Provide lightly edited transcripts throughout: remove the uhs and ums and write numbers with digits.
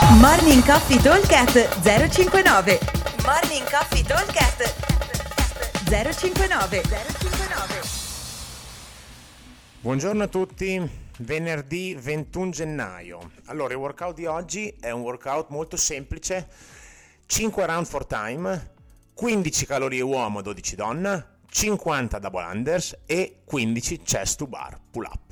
Morning Coffee Talkcast 059. Morning Coffee Talkcast 059. Buongiorno a tutti, venerdì 21 gennaio. Allora, il workout di oggi è un workout molto semplice, 5 round for time, 15 calorie uomo, 12 donna, 50 double unders e 15 chest to bar pull up.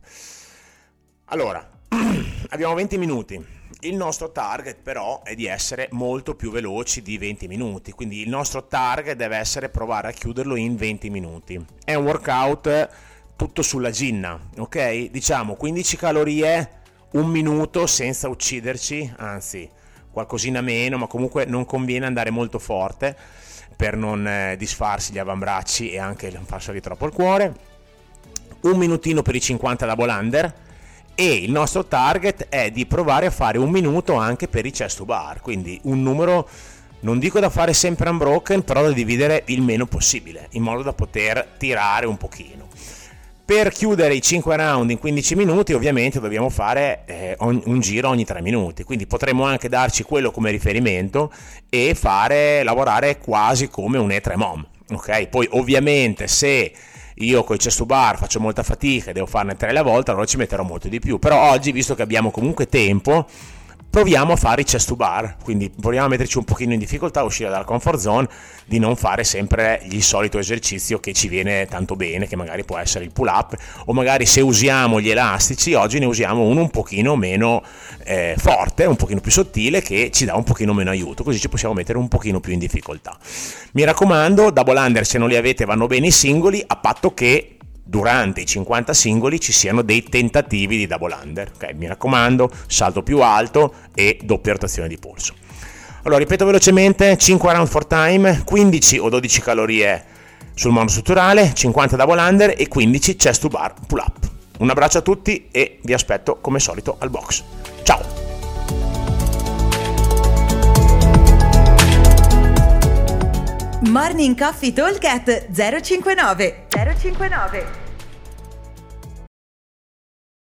Allora, abbiamo 20 minuti. Il nostro target però è di essere molto più veloci di 20 minuti, quindi il nostro target deve essere provare a chiuderlo in 20 minuti. È un workout tutto sulla ginna, ok? Diciamo 15 calorie, un minuto senza ucciderci, anzi qualcosina meno, ma comunque non conviene andare molto forte per non disfarsi gli avambracci e anche non far salire troppo il cuore. Un minutino per i 50 double under. E il nostro target è di provare a fare un minuto anche per i chest to bar, quindi un numero, non dico da fare sempre unbroken, però da dividere il meno possibile, in modo da poter tirare un pochino. Per chiudere i 5 round in 15 minuti ovviamente dobbiamo fare un giro ogni 3 minuti, quindi potremo anche darci quello come riferimento e lavorare quasi come un E3 mom, ok? Poi ovviamente se io con i chest to bar faccio molta fatica e devo farne 3 alla volta, allora ci metterò molto di più, però oggi, visto che abbiamo comunque tempo, proviamo a fare i chest to bar, quindi proviamo a metterci un pochino in difficoltà, uscire dalla comfort zone, di non fare sempre il solito esercizio che ci viene tanto bene, che magari può essere il pull up, o magari se usiamo gli elastici, oggi ne usiamo uno un pochino meno forte, un pochino più sottile, che ci dà un pochino meno aiuto, così ci possiamo mettere un pochino più in difficoltà. Mi raccomando, double under se non li avete vanno bene i singoli, a patto che durante i 50 singoli ci siano dei tentativi di double under, ok? Mi raccomando, salto più alto e doppia rotazione di polso. Allora, ripeto velocemente: 5 round for time, 15 o 12 calorie sul monostrutturale, 50 double under e 15 chest to bar pull up. Un abbraccio a tutti e vi aspetto come solito al box. Ciao! Morning Coffee Talkcast 059.